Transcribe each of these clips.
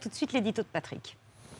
Tout de suite, l'édito de Patrick.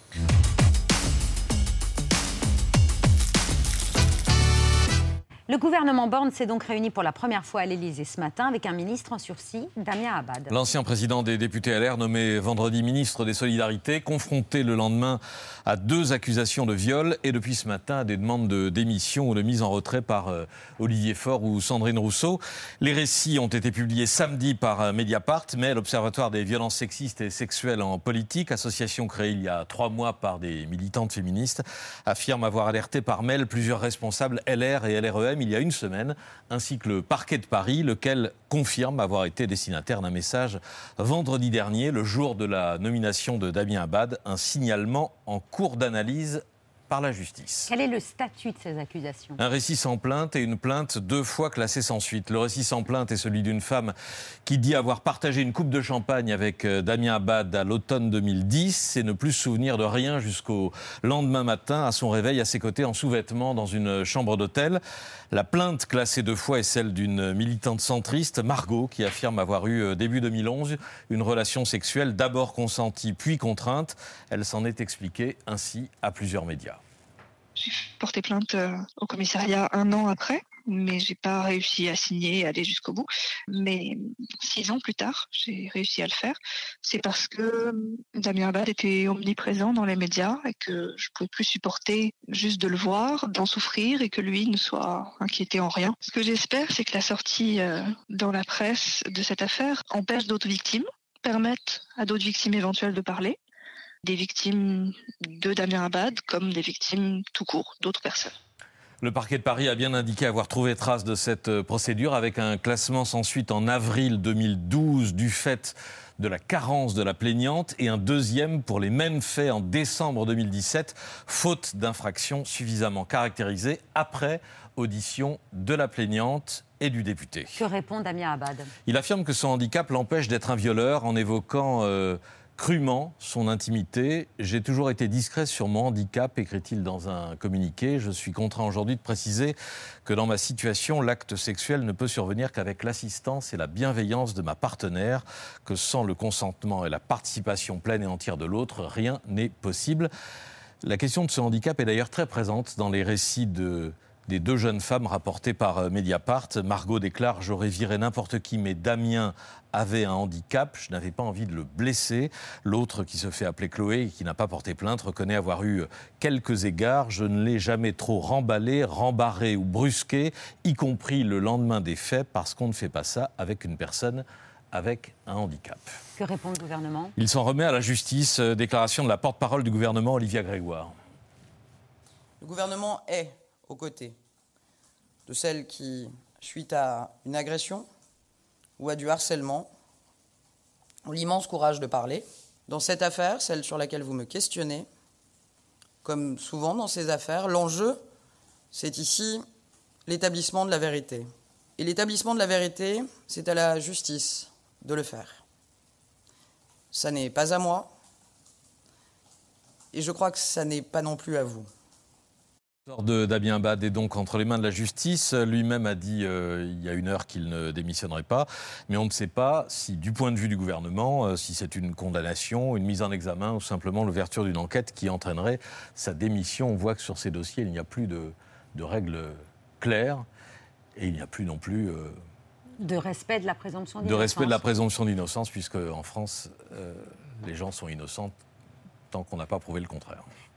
Le gouvernement Borne s'est donc réuni pour la première fois à l'Élysée ce matin avec un ministre en sursis, Damien Abad. L'ancien président des députés LR, nommé vendredi ministre des Solidarités, confronté le lendemain à 2 accusations de viol et depuis ce matin à des demandes de démission ou de mise en retrait par Olivier Faure ou Sandrine Rousseau. Les récits ont été publiés samedi par Mediapart, mais l'Observatoire des violences sexistes et sexuelles en politique, association créée il y a 3 mois par des militantes féministes, affirme avoir alerté par mail plusieurs responsables LR et LREM il y a une semaine, ainsi que le parquet de Paris, lequel confirme avoir été destinataire d'un message vendredi dernier, le jour de la nomination de Damien Abad, un signalement en cours d'analyse par la justice. Quel est le statut de ces accusations ? Un récit sans plainte et une plainte 2 fois classée sans suite. Le récit sans plainte est celui d'une femme qui dit avoir partagé une coupe de champagne avec Damien Abad à l'automne 2010 et ne plus se souvenir de rien jusqu'au lendemain matin à son réveil à ses côtés en sous-vêtements dans une chambre d'hôtel. La plainte classée 2 fois est celle d'une militante centriste, Margot, qui affirme avoir eu début 2011 une relation sexuelle d'abord consentie puis contrainte. Elle s'en est expliquée ainsi à plusieurs médias. J'ai porté plainte au commissariat 1 an après, mais j'ai pas réussi à signer et aller jusqu'au bout. Mais 6 ans plus tard, j'ai réussi à le faire. C'est parce que Damien Abad était omniprésent dans les médias et que je pouvais plus supporter juste de le voir, d'en souffrir et que lui ne soit inquiété en rien. Ce que j'espère, c'est que la sortie dans la presse de cette affaire empêche d'autres victimes, permette à d'autres victimes éventuelles de parler. Des victimes de Damien Abad comme des victimes tout court, d'autres personnes. Le parquet de Paris a bien indiqué avoir trouvé trace de cette procédure avec un classement sans suite en avril 2012 du fait de la carence de la plaignante et un deuxième pour les mêmes faits en décembre 2017, faute d'infraction suffisamment caractérisée après audition de la plaignante et du député. Que répond Damien Abad ? Il affirme que son handicap l'empêche d'être un violeur en évoquant crûment son intimité. « J'ai toujours été discret sur mon handicap », écrit-il dans un communiqué. « Je suis contraint aujourd'hui de préciser que dans ma situation, l'acte sexuel ne peut survenir qu'avec l'assistance et la bienveillance de ma partenaire, que sans le consentement et la participation pleine et entière de l'autre, rien n'est possible. » La question de ce handicap est d'ailleurs très présente dans les récits des 2 jeunes femmes rapportées par Mediapart. Margot déclare « J'aurais viré n'importe qui, mais Damien avait un handicap, je n'avais pas envie de le blesser ». L'autre, qui se fait appeler Chloé et qui n'a pas porté plainte, reconnaît avoir eu quelques égards. « Je ne l'ai jamais trop remballé, rembarré ou brusqué, y compris le lendemain des faits, parce qu'on ne fait pas ça avec une personne avec un handicap ». Que répond le gouvernement ? Il s'en remet à la justice. Déclaration de la porte-parole du gouvernement, Olivia Grégoire. Le gouvernement est aux côtés de celles qui, suite à une agression ou à du harcèlement, ont l'immense courage de parler. Dans cette affaire, celle sur laquelle vous me questionnez, comme souvent dans ces affaires, l'enjeu, c'est ici l'établissement de la vérité. Et l'établissement de la vérité, c'est à la justice de le faire. Ça n'est pas à moi, et je crois que ça n'est pas non plus à vous. Le sort de Damien Abad est donc entre les mains de la justice. Lui-même a dit il y a 1 heure qu'il ne démissionnerait pas. Mais on ne sait pas si, du point de vue du gouvernement, si c'est une condamnation, une mise en examen ou simplement l'ouverture d'une enquête qui entraînerait sa démission. On voit que sur ces dossiers, il n'y a plus de règles claires et il n'y a plus non plus de respect de la présomption d'innocence. De respect de la présomption d'innocence, puisque en France, les gens sont innocents tant qu'on n'a pas prouvé le contraire.